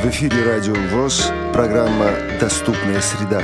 В эфире Радио ВОС, программа «Доступная среда».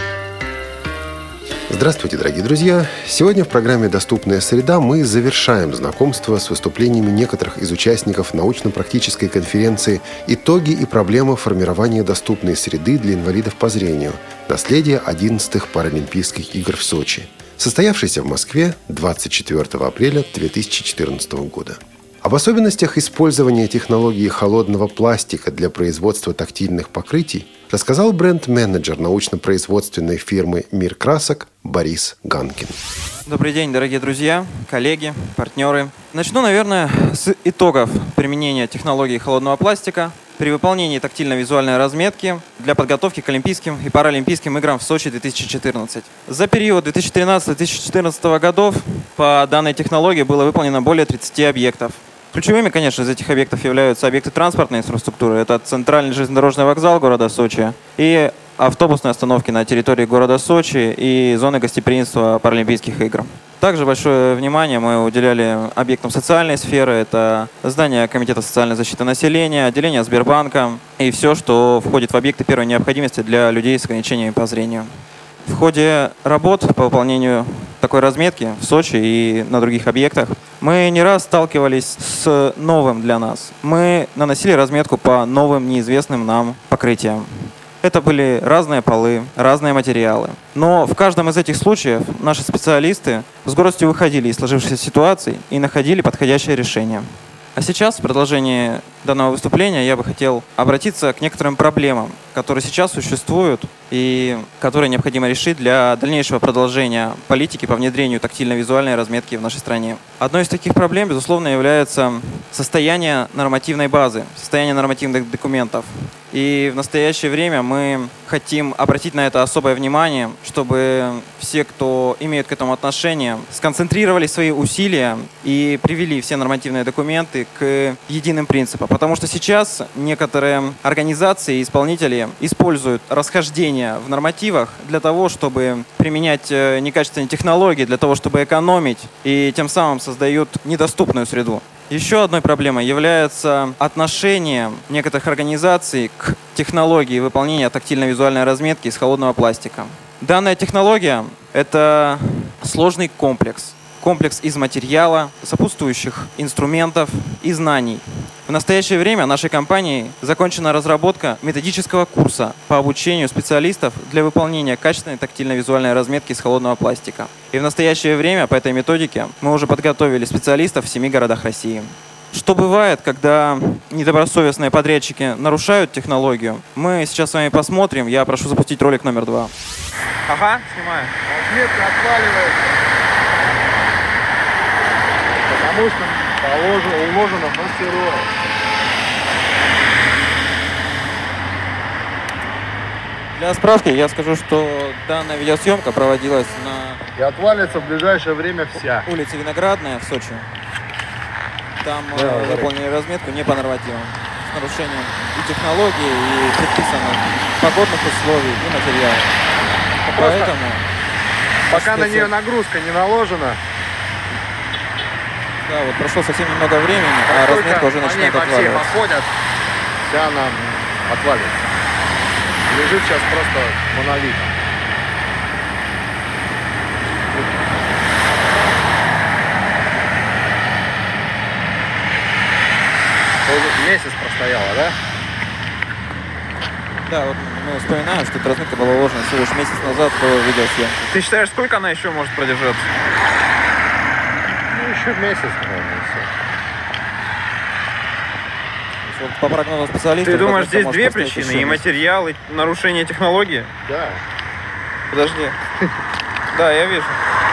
Здравствуйте, дорогие друзья! Сегодня в программе «Доступная среда» мы завершаем знакомство с выступлениями некоторых из участников научно-практической конференции «Итоги и проблемы формирования доступной среды для инвалидов по зрению. Наследие 11-х Паралимпийских игр в Сочи», состоявшейся в Москве 24 апреля 2014 года. Об особенностях использования технологии холодного пластика для производства тактильных покрытий рассказал бренд-менеджер научно-производственной фирмы «Мир красок» Борис Ганкин. Добрый день, дорогие друзья, коллеги, партнеры. Начну, наверное, с итогов применения технологии холодного пластика при выполнении тактильно-визуальной разметки для подготовки к Олимпийским и Паралимпийским играм в Сочи 2014. За период 2013-2014 годов по данной технологии было выполнено более 30 объектов. Ключевыми, конечно, из этих объектов являются объекты транспортной инфраструктуры. Это центральный железнодорожный вокзал города Сочи и автобусные остановки на территории города Сочи и зоны гостеприимства Паралимпийских игр. Также большое внимание мы уделяли объектам социальной сферы. Это здание Комитета социальной защиты населения, отделение Сбербанка и все, что входит в объекты первой необходимости для людей с ограничениями по зрению. В ходе работ по выполнению такой разметки в Сочи и на других объектах мы не раз сталкивались с новым для нас. Мы наносили разметку по новым, неизвестным нам покрытиям. Это были разные полы, разные материалы. Но в каждом из этих случаев наши специалисты с гордостью выходили из сложившейся ситуации и находили подходящее решение. А сейчас, в продолжении данного выступления, я бы хотел обратиться к некоторым проблемам, которые сейчас существуют и которые необходимо решить для дальнейшего продолжения политики по внедрению тактильно-визуальной разметки в нашей стране. Одной из таких проблем, безусловно, является состояние нормативной базы, состояние нормативных документов. И в настоящее время мы хотим обратить на это особое внимание, чтобы все, кто имеет к этому отношение, сконцентрировали свои усилия и привели все нормативные документы к единым принципам. Потому что сейчас некоторые организации и исполнители используют расхождения в нормативах для того, чтобы применять некачественные технологии, для того, чтобы экономить, и тем самым создают недоступную среду. Еще одной проблемой является отношение некоторых организаций к технологии выполнения тактильно-визуальной разметки из холодного пластика. Данная технология – это сложный комплекс из материала, сопутствующих инструментов и знаний. В настоящее время нашей компанией закончена разработка методического курса по обучению специалистов для выполнения качественной тактильно-визуальной разметки из холодного пластика. И в настоящее время по этой методике мы уже подготовили специалистов в 7 городах России. Что бывает, когда недобросовестные подрядчики нарушают технологию, мы сейчас с вами посмотрим. Я прошу запустить ролик номер 2. Ага, снимаю. Разметка отваливается. Потому что уложено на сырое. Для справки я скажу, что данная видеосъемка проводилась на И отвалится в ближайшее время вся. улице Виноградная в Сочи. Там выполнили разметку не по нормативам, с нарушением и технологий, и предписанных погодных условий, и материалов. Поэтому Пока на нее нагрузка не наложена, да, вот прошло совсем немного времени, а как разметка уже только начинает по ней все отваливаться. походят, вся она отвалится. Лежит сейчас просто монолит. Месяц простояла, да? Да, вот мы вспоминаем, что эта разметка была уложена всего лишь месяц назад до видеосъемки. Ты считаешь, сколько она еще может продержаться? Ну, еще месяц, наверное, все. Вот по прогнозам специалистов... Ты думаешь, разметка здесь может две простоять причины? еще И месяц. материал, и нарушение технологии? Да. Подожди. Да, я вижу.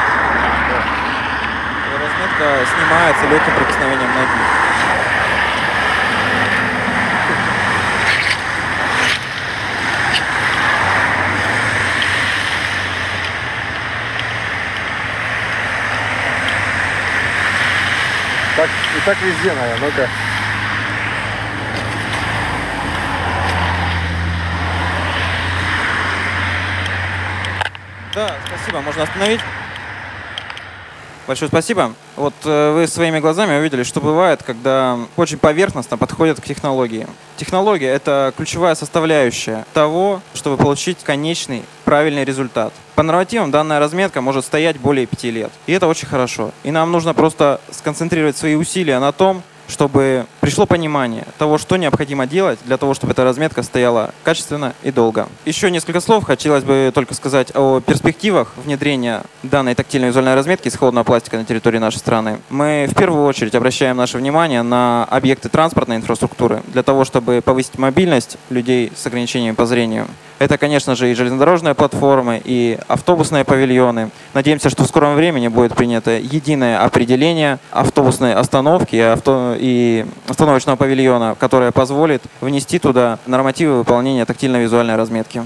Разметка снимается легким прикосновением ноги. Так, и так везде, наверное. Ну-ка. Да, спасибо. Можно остановить? Большое спасибо. Вот вы своими глазами увидели, что бывает, когда очень поверхностно подходят к технологии. Технология — это ключевая составляющая того, чтобы получить конечный правильный результат. По нормативам данная разметка может стоять более 5 лет. И это очень хорошо. И нам нужно просто сконцентрировать свои усилия на том, чтобы пришло понимание того, что необходимо делать для того, чтобы эта разметка стояла качественно и долго. Еще несколько слов хотелось бы только сказать о перспективах внедрения данной тактильной визуальной разметки из холодного пластика на территории нашей страны. Мы в первую очередь обращаем наше внимание на объекты транспортной инфраструктуры для того, чтобы повысить мобильность людей с ограничениями по зрению. Это, конечно же, и железнодорожные платформы, и автобусные павильоны. Надеемся, что в скором времени будет принято единое определение автобусной остановки и остановочного павильона, которое позволит внести туда нормативы выполнения тактильно-визуальной разметки.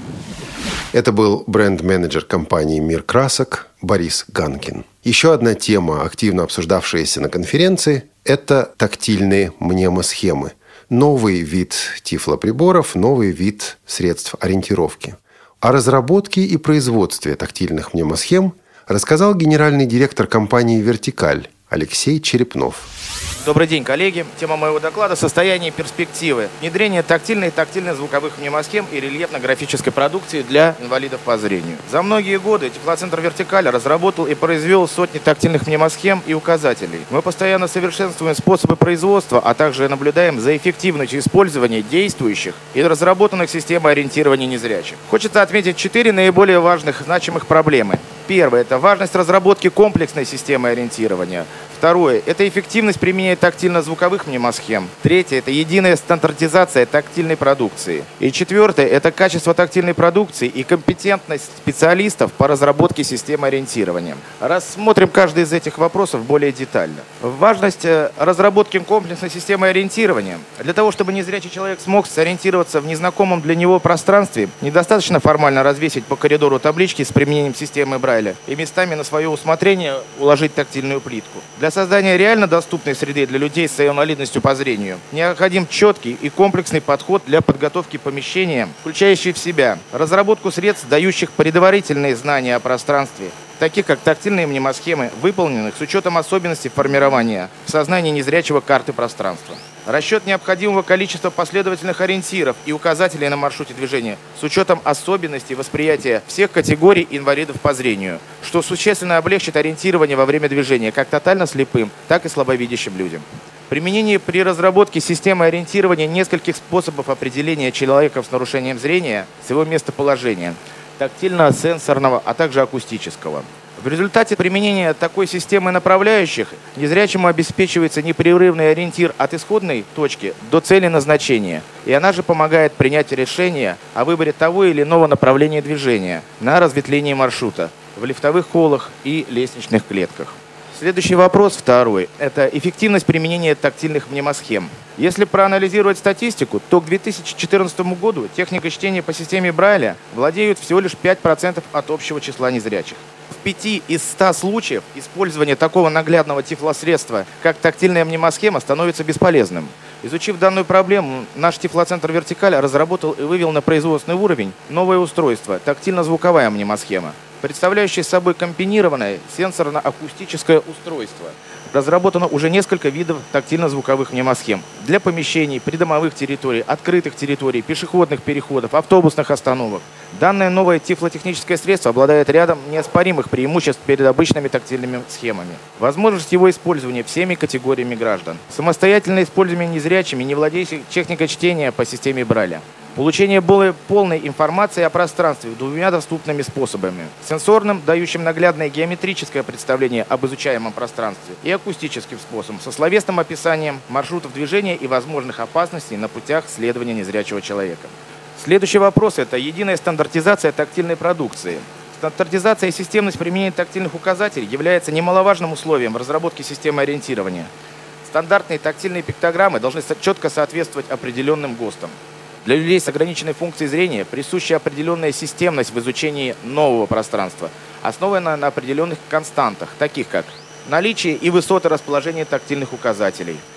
Это был бренд-менеджер компании «Мир красок» Борис Ганкин. Еще одна тема, активно обсуждавшаяся на конференции, это тактильные мнемосхемы. Новый вид тифлоприборов, новый вид средств ориентировки. О разработке и производстве тактильных мнемосхем рассказал генеральный директор компании «Вертикаль» Алексей Черепнов. Добрый день, коллеги. Тема моего доклада – состояние и перспективы. Внедрение тактильных и тактильно-звуковых мнемосхем и рельефно-графической продукции для инвалидов по зрению. За многие годы Тифлоцентр «Вертикаль» разработал и произвел сотни тактильных мнемосхем и указателей. Мы постоянно совершенствуем способы производства, а также наблюдаем за эффективностью использования действующих и разработанных систем ориентирования незрячих. Хочется отметить 4 наиболее важных значимых проблемы. Первое – это важность разработки комплексной системы ориентирования. Второе – это эффективность применения тактильно-звуковых мнемосхем. Третье – это единая стандартизация тактильной продукции. И четвертое – это качество тактильной продукции и компетентность специалистов по разработке системы ориентирования. Рассмотрим каждый из этих вопросов более детально. Важность разработки комплексной системы ориентирования. Для того, чтобы незрячий человек смог сориентироваться в незнакомом для него пространстве, недостаточно формально развесить по коридору таблички с применением системы Брайля и местами на свое усмотрение уложить тактильную плитку. Для создания реально доступной среды для людей с инвалидностью по зрению необходим четкий и комплексный подход для подготовки помещения, включающий в себя разработку средств, дающих предварительные знания о пространстве, таких как тактильные мнемосхемы, выполненных с учетом особенностей формирования в сознании незрячего карты пространства. Расчет необходимого количества последовательных ориентиров и указателей на маршруте движения с учетом особенностей восприятия всех категорий инвалидов по зрению, что существенно облегчит ориентирование во время движения как тотально слепым, так и слабовидящим людям. Применение при разработке системы ориентирования нескольких способов определения человека с нарушением зрения с его местоположения – тактильно-сенсорного, а также акустического. В результате применения такой системы направляющих незрячему обеспечивается непрерывный ориентир от исходной точки до цели назначения, и она же помогает принять решение о выборе того или иного направления движения на разветвлении маршрута в лифтовых холлах и лестничных клетках. Следующий вопрос, второй, это эффективность применения тактильных мнемосхем. Если проанализировать статистику, то к 2014 году техникой чтения по системе Брайля владеют всего лишь 5% от общего числа незрячих. В 5 из 100 случаев использование такого наглядного тифлосредства, как тактильная мнемосхема, становится бесполезным. Изучив данную проблему, наш Тифлоцентр «Вертикаль» разработал и вывел на производственный уровень новое устройство – тактильно-звуковая мнемосхема, представляющее собой комбинированное сенсорно-акустическое устройство. Разработано уже несколько видов тактильно-звуковых мнемосхем для помещений, придомовых территорий, открытых территорий, пешеходных переходов, автобусных остановок. Данное новое тифлотехническое средство обладает рядом неоспоримых преимуществ перед обычными тактильными схемами. Возможность его использования всеми категориями граждан. Самостоятельное использование незрячими, не владеющими техникой чтения по системе Брайля. Получение более полной информации о пространстве двумя доступными способами. Сенсорным, дающим наглядное геометрическое представление об изучаемом пространстве, и акустическим способом, со словесным описанием маршрутов движения и возможных опасностей на путях следования незрячего человека. Следующий вопрос – это единая стандартизация тактильной продукции. Стандартизация и системность применения тактильных указателей является немаловажным условием разработки системы ориентирования. Стандартные тактильные пиктограммы должны четко соответствовать определенным ГОСТам. Для людей с ограниченной функцией зрения присуща определенная системность в изучении нового пространства, основанная на определенных константах, таких как наличие и высоты расположения тактильных указателей,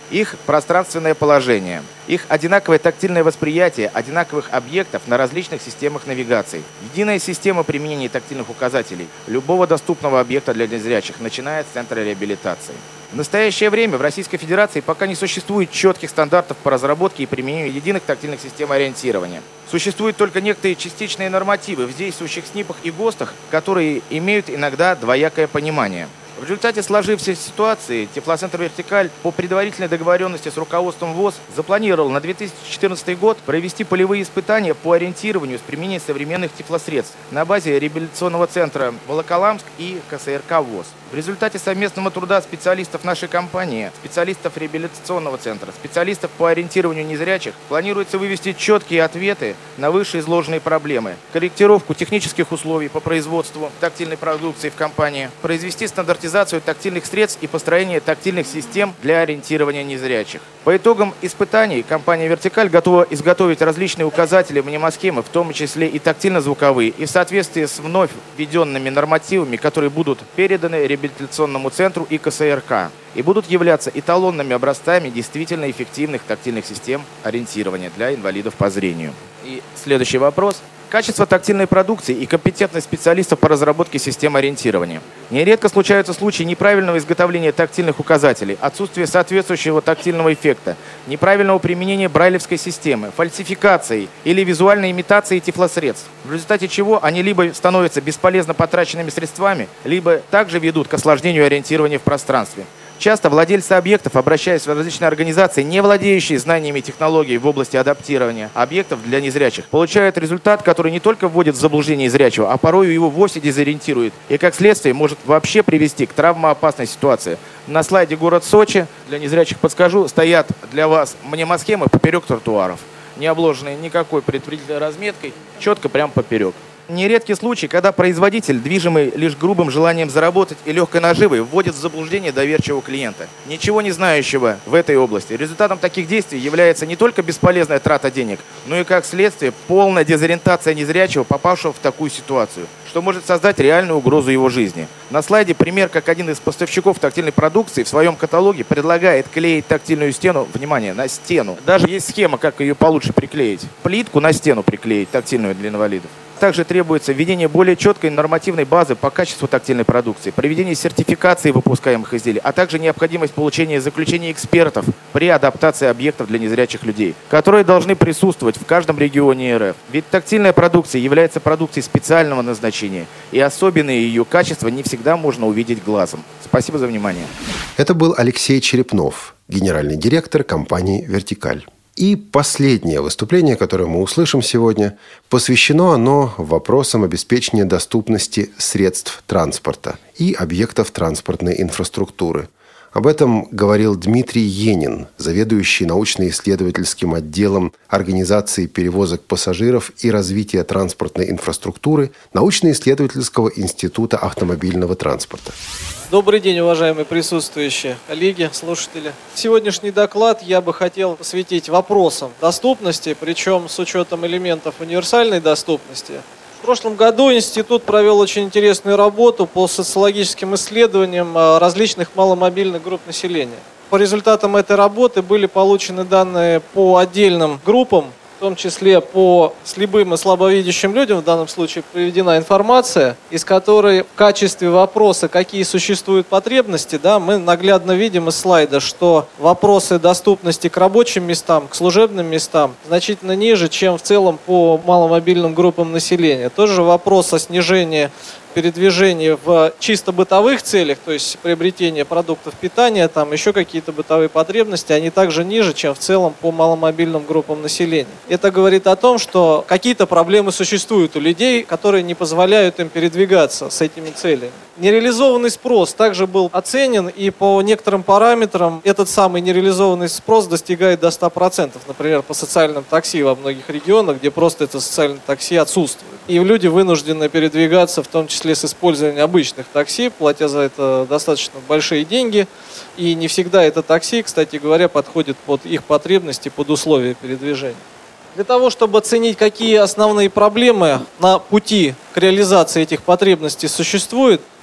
их пространственное положение, их одинаковое тактильное восприятие одинаковых объектов на различных системах навигации. Единая система применения тактильных указателей любого доступного объекта для незрячих, начиная с центра реабилитации. В настоящее время в Российской Федерации пока не существует четких стандартов по разработке и применению единых тактильных систем ориентирования. Существуют только некоторые частичные нормативы в действующих СНИПах и ГОСТах, которые имеют иногда двоякое понимание. В результате сложившейся ситуации Тифлоцентр «Вертикаль» по предварительной договоренности с руководством ВОЗ запланировал на 2014 год провести полевые испытания по ориентированию с применением современных тифлосредств на базе реабилитационного центра Волоколамск и КСРК ВОЗ. В результате совместного труда специалистов нашей компании, специалистов реабилитационного центра, специалистов по ориентированию незрячих, планируется вывести четкие ответы на вышеизложенные проблемы, корректировку технических условий по производству тактильной продукции в компании, произвести стандартизацию тактильных средств и построение тактильных систем для ориентирования незрячих. По итогам испытаний компания «Вертикаль» готова изготовить различные указатели мнемосхемы, в том числе и тактильно-звуковые, и в соответствии с вновь введенными нормативами, которые будут переданы реабилитационному центру и КСРК, и будут являться эталонными образцами действительно эффективных тактильных систем ориентирования для инвалидов по зрению. И следующий вопрос. Качество тактильной продукции и компетентность специалистов по разработке систем ориентирования. Нередко случаются случаи неправильного изготовления тактильных указателей, отсутствия соответствующего тактильного эффекта, неправильного применения брайлевской системы, фальсификации или визуальной имитации тифлосредств, в результате чего они либо становятся бесполезно потраченными средствами, либо также ведут к осложнению ориентирования в пространстве. Часто владельцы объектов, обращаясь в различные организации, не владеющие знаниями технологий в области адаптирования объектов для незрячих, получают результат, который не только вводит в заблуждение зрячего, а порой его вовсе дезориентирует и, как следствие, может вообще привести к травмоопасной ситуации. На слайде город Сочи, для незрячих подскажу, стоят для вас мнемосхемы поперек тротуаров, не обложенные никакой предварительной разметкой, четко прям поперек. Нередки случаи, когда производитель, движимый лишь грубым желанием заработать и легкой наживой, вводит в заблуждение доверчивого клиента, ничего не знающего в этой области. Результатом таких действий является не только бесполезная трата денег, но и, как следствие, полная дезориентация незрячего, попавшего в такую ситуацию, что может создать реальную угрозу его жизни. На слайде пример, как один из поставщиков тактильной продукции в своем каталоге предлагает клеить тактильную стену, внимание, на стену. Даже есть схема, как ее получше приклеить. Плитку на стену приклеить, тактильную для инвалидов. Также требуется введение более четкой нормативной базы по качеству тактильной продукции, проведение сертификации выпускаемых изделий, а также необходимость получения заключений экспертов при адаптации объектов для незрячих людей, которые должны присутствовать в каждом регионе РФ. Ведь тактильная продукция является продукцией специального назначения, и особенное ее качество не всегда можно увидеть глазом. Спасибо за внимание. Это был Алексей Черепнов, генеральный директор компании «Вертикаль». И последнее выступление, которое мы услышим сегодня, посвящено оно вопросам обеспечения доступности средств транспорта и объектов транспортной инфраструктуры. Об этом говорил Дмитрий Енин, заведующий научно-исследовательским отделом Организации перевозок пассажиров и развития транспортной инфраструктуры Научно-исследовательского института автомобильного транспорта. Добрый день, уважаемые присутствующие, коллеги, слушатели. Сегодняшний доклад я бы хотел посвятить вопросам доступности, причем с учетом элементов универсальной доступности. В прошлом году институт провел очень интересную работу по социологическим исследованиям различных маломобильных групп населения. По результатам этой работы были получены данные по отдельным группам, в том числе по слепым и слабовидящим людям, в данном случае приведена информация, из которой в качестве вопроса, какие существуют потребности, мы наглядно видим из слайда, что вопросы доступности к рабочим местам, к служебным местам значительно ниже, чем в целом по маломобильным группам населения. Тоже вопрос о снижении передвижение в чисто бытовых целях, то есть приобретение продуктов питания, там еще какие-то бытовые потребности, они также ниже, чем в целом по маломобильным группам населения. Это говорит о том, что какие-то проблемы существуют у людей, которые не позволяют им передвигаться с этими целями. Нереализованный спрос также был оценен, и по некоторым параметрам этот самый нереализованный спрос достигает до 100%. Например, по социальным такси во многих регионах, где просто это социальное такси отсутствует. И люди вынуждены передвигаться, в том числе с использованием обычных такси, платя за это достаточно большие деньги. И не всегда это такси, кстати говоря, подходит под их потребности, под условия передвижения. Для того, чтобы оценить, какие основные проблемы на пути к реализации этих потребностей существуют,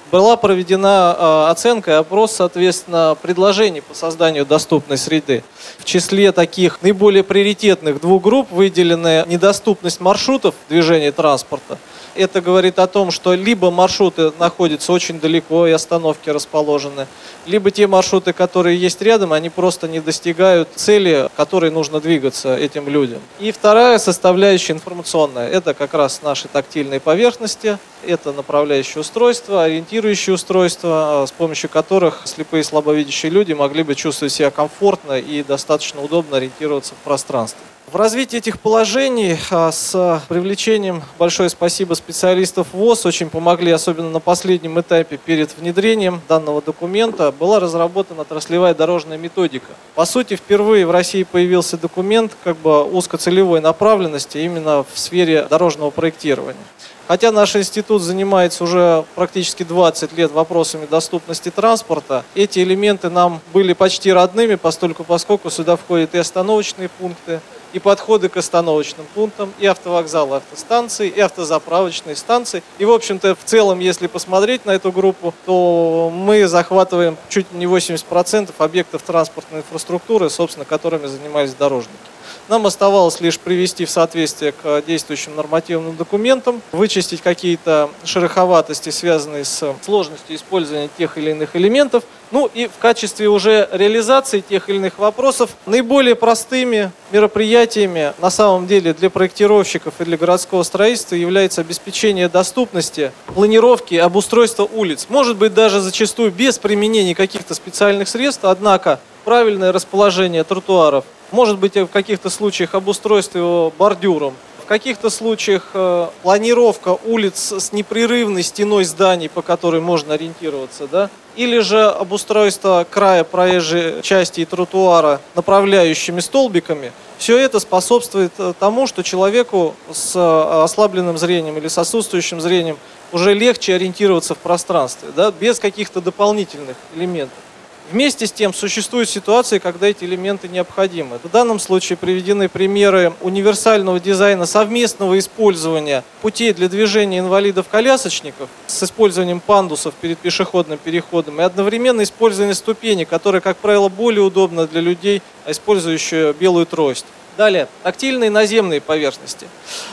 Была проведена оценка и опрос, соответственно, предложений по созданию доступной среды. В числе таких наиболее приоритетных двух групп выделены недоступность маршрутов движения транспорта. Это говорит о том, что либо маршруты находятся очень далеко и остановки расположены, либо те маршруты, которые есть рядом, они просто не достигают цели, к которой нужно двигаться этим людям. И вторая составляющая информационная – это как раз наши тактильные поверхности, это направляющие устройства, ориентирующие устройства, с помощью которых слепые и слабовидящие люди могли бы чувствовать себя комфортно и достаточно удобно ориентироваться в пространстве. В развитии этих положений с привлечением, большое спасибо, специалистов ВОС, очень помогли, особенно на последнем этапе перед внедрением данного документа, была разработана отраслевая дорожная методика. По сути, впервые в России появился документ узкоцелевой направленности именно в сфере дорожного проектирования. Хотя наш институт занимается уже практически 20 лет вопросами доступности транспорта, эти элементы нам были почти родными, поскольку сюда входят и остановочные пункты, и подходы к остановочным пунктам, и автовокзалы, автостанции, и автозаправочные станции. И, в общем-то, в целом, если посмотреть на эту группу, то мы захватываем чуть не 80% объектов транспортной инфраструктуры, собственно, которыми занимались дорожники. Нам оставалось лишь привести в соответствие к действующим нормативным документам, вычистить какие-то шероховатости, связанные с сложностью использования тех или иных элементов. Ну и в качестве уже реализации тех или иных вопросов наиболее простыми мероприятиями на самом деле для проектировщиков и для городского строительства является обеспечение доступности, планировки, обустройства улиц. Может быть, даже зачастую без применения каких-то специальных средств, однако правильное расположение тротуаров, может быть, в каких-то случаях обустройство его бордюром, в каких-то случаях планировка улиц с непрерывной стеной зданий, по которой можно ориентироваться, да? Или же обустройство края проезжей части и тротуара направляющими столбиками. Все это способствует тому, что человеку с ослабленным зрением или с отсутствующим зрением уже легче ориентироваться в пространстве, да? Без каких-то дополнительных элементов. Вместе с тем существуют ситуации, когда эти элементы необходимы. В данном случае приведены примеры универсального дизайна совместного использования путей для движения инвалидов-колясочников с использованием пандусов перед пешеходным переходом и одновременно использование ступеней, которые, как правило, более удобно для людей, использующих белую трость. Далее, тактильные наземные поверхности.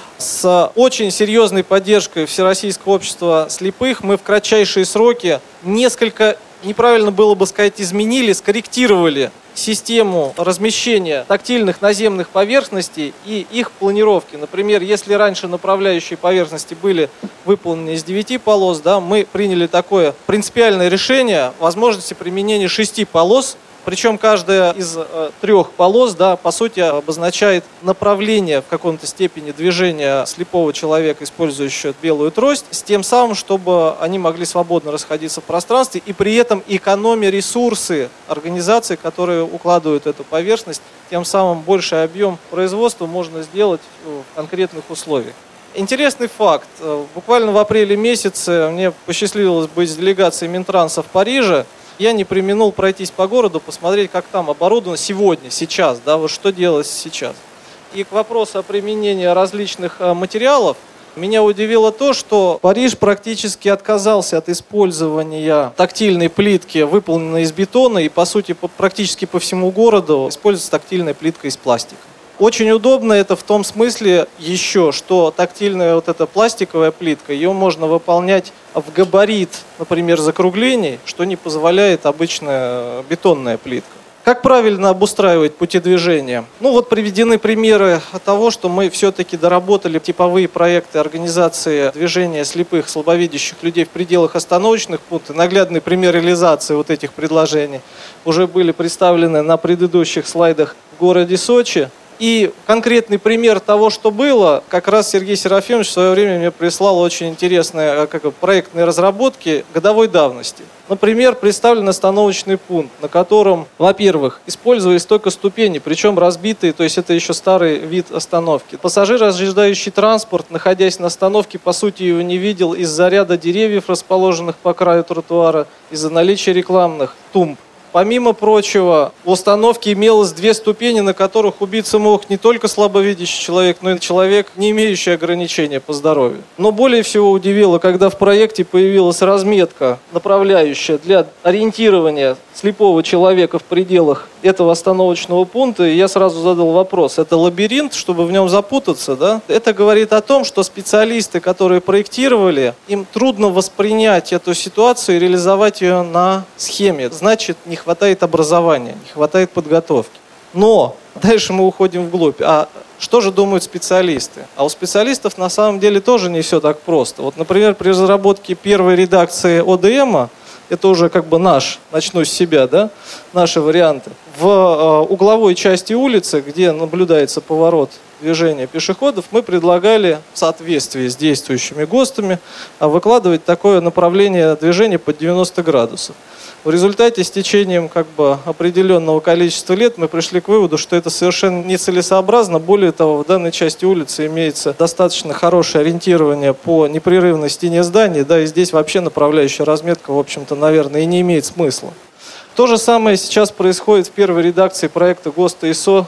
С очень серьезной поддержкой Всероссийского общества слепых мы в кратчайшие сроки неправильно было бы сказать, изменили, скорректировали систему размещения тактильных наземных поверхностей и их планировки. Например, если раньше направляющие поверхности были выполнены из 9 полос, да, мы приняли такое принципиальное решение возможности применения 6 полос. Причем каждая из 3 полос, да, по сути, обозначает направление в каком-то степени движения слепого человека, использующего белую трость, с тем самым, чтобы они могли свободно расходиться в пространстве и при этом экономя ресурсы организаций, которые укладывают эту поверхность, тем самым больший объем производства можно сделать в конкретных условиях. Интересный факт. Буквально в апреле месяце мне посчастливилось быть с делегацией Минтранса в Париже. Я не преминул пройтись по городу, посмотреть, как там оборудовано сегодня, сейчас, да, вот что делать сейчас. И к вопросу о применении различных материалов, меня удивило то, что Париж практически отказался от использования тактильной плитки, выполненной из бетона, и, по сути, практически по всему городу используется тактильная плитка из пластика. Очень удобно это в том смысле еще, что тактильная вот эта пластиковая плитка, ее можно выполнять в габарит, например, закруглений, что не позволяет обычная бетонная плитка. Как правильно обустраивать пути движения? Ну вот приведены примеры того, что мы все-таки доработали типовые проекты организации движения слепых, слабовидящих людей в пределах остановочных пунктов. Наглядный пример реализации вот этих предложений уже были представлены на предыдущих слайдах в городе Сочи. И конкретный пример того, что было, как раз Сергей Серафимович в свое время мне прислал очень интересные проектные разработки годовой давности. Например, представлен остановочный пункт, на котором, во-первых, использовались только ступени, причем разбитые, то есть это еще старый вид остановки. Пассажир, ожидающий транспорт, находясь на остановке, по сути его не видел из-за ряда деревьев, расположенных по краю тротуара, из-за наличия рекламных тумб. Помимо прочего, в установке имелось 2 ступени, на которых убиться мог не только слабовидящий человек, но и человек, не имеющий ограничения по здоровью. Но более всего удивило, когда в проекте появилась разметка, направляющая для ориентирования слепого человека в пределах этого остановочного пункта, и я сразу задал вопрос, это лабиринт, чтобы в нем запутаться, да? Это говорит о том, что специалисты, которые проектировали, им трудно воспринять эту ситуацию и реализовать ее на схеме. Значит, не хватает образования, не хватает подготовки. Но дальше мы уходим вглубь. А что же думают специалисты? А у специалистов на самом деле тоже не все так просто. Вот, например, при разработке первой редакции ОДМ, это уже как бы начну с себя, да, наши варианты. В угловой части улицы, где наблюдается поворот движения пешеходов, мы предлагали в соответствии с действующими ГОСТами выкладывать такое направление движения под 90 градусов. В результате с течением определенного количества лет мы пришли к выводу, что это совершенно нецелесообразно. Более того, в данной части улицы имеется достаточно хорошее ориентирование по непрерывной стене зданий, да, и здесь вообще направляющая разметка, в общем-то, наверное, и не имеет смысла. То же самое сейчас происходит в первой редакции проекта ГОСТа ISO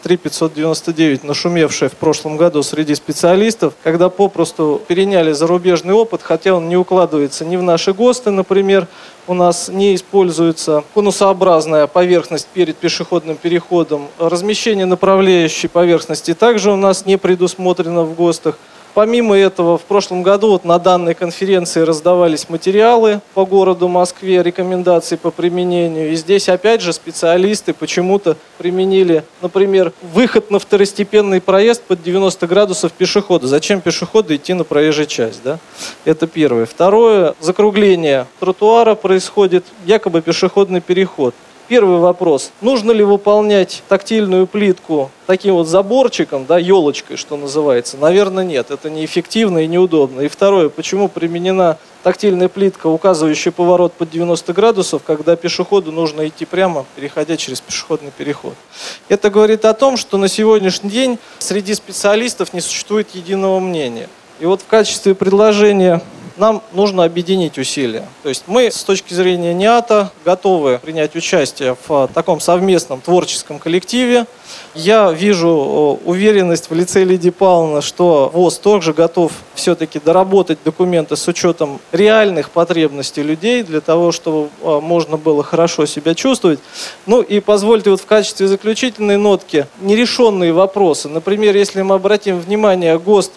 23599, нашумевшая в прошлом году среди специалистов, когда попросту переняли зарубежный опыт, хотя он не укладывается ни в наши ГОСТы, например, у нас не используется конусообразная поверхность перед пешеходным переходом, размещение направляющей поверхности также у нас не предусмотрено в ГОСТах. Помимо этого, в прошлом году на данной конференции раздавались материалы по городу Москве, рекомендации по применению. И здесь, опять же, специалисты почему-то применили, например, выход на второстепенный проезд под 90 градусов пешехода. Зачем пешеходу идти на проезжую часть? Да? Это первое. Второе, закругление тротуара происходит, якобы пешеходный переход. Первый вопрос. Нужно ли выполнять тактильную плитку таким вот заборчиком, да, елочкой, что называется? Наверное, нет. Это неэффективно и неудобно. И второе. Почему применена тактильная плитка, указывающая поворот под 90 градусов, когда пешеходу нужно идти прямо, переходя через пешеходный переход? Это говорит о том, что на сегодняшний день среди специалистов не существует единого мнения. И вот в качестве предложения нам нужно объединить усилия. То есть мы с точки зрения НИАТа готовы принять участие в таком совместном творческом коллективе. Я вижу уверенность в лице Лидии Павловны, что ВОС тоже готов все-таки доработать документы с учетом реальных потребностей людей, для того, чтобы можно было хорошо себя чувствовать. Ну и позвольте вот в качестве заключительной нотки нерешенные вопросы. Например, если мы обратим внимание, ГОСТ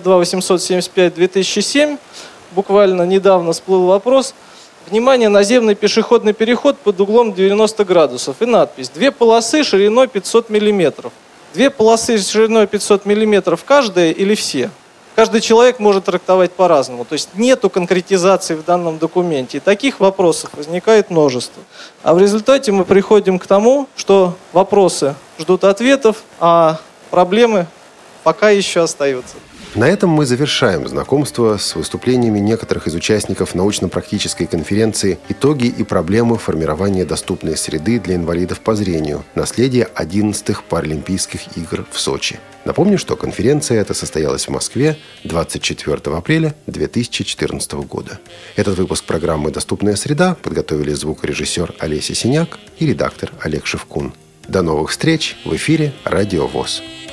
52875-2007, буквально недавно всплыл вопрос. Внимание, наземный пешеходный переход под углом 90 градусов. И надпись: 2 полосы шириной 500 миллиметров. 2 полосы шириной 500 миллиметров каждая или все? Каждый человек может трактовать по-разному. То есть нету конкретизации в данном документе. И таких вопросов возникает множество. А в результате мы приходим к тому, что вопросы ждут ответов, а проблемы пока еще остаются. На этом мы завершаем знакомство с выступлениями некоторых из участников научно-практической конференции «Итоги и проблемы формирования доступной среды для инвалидов по зрению. Наследие 11-х Паралимпийских игр в Сочи». Напомню, что конференция эта состоялась в Москве 24 апреля 2014 года. Этот выпуск программы «Доступная среда» подготовили звукорежиссер Олеся Синяк и редактор Олег Шевкун. До новых встреч в эфире Радио ВОС.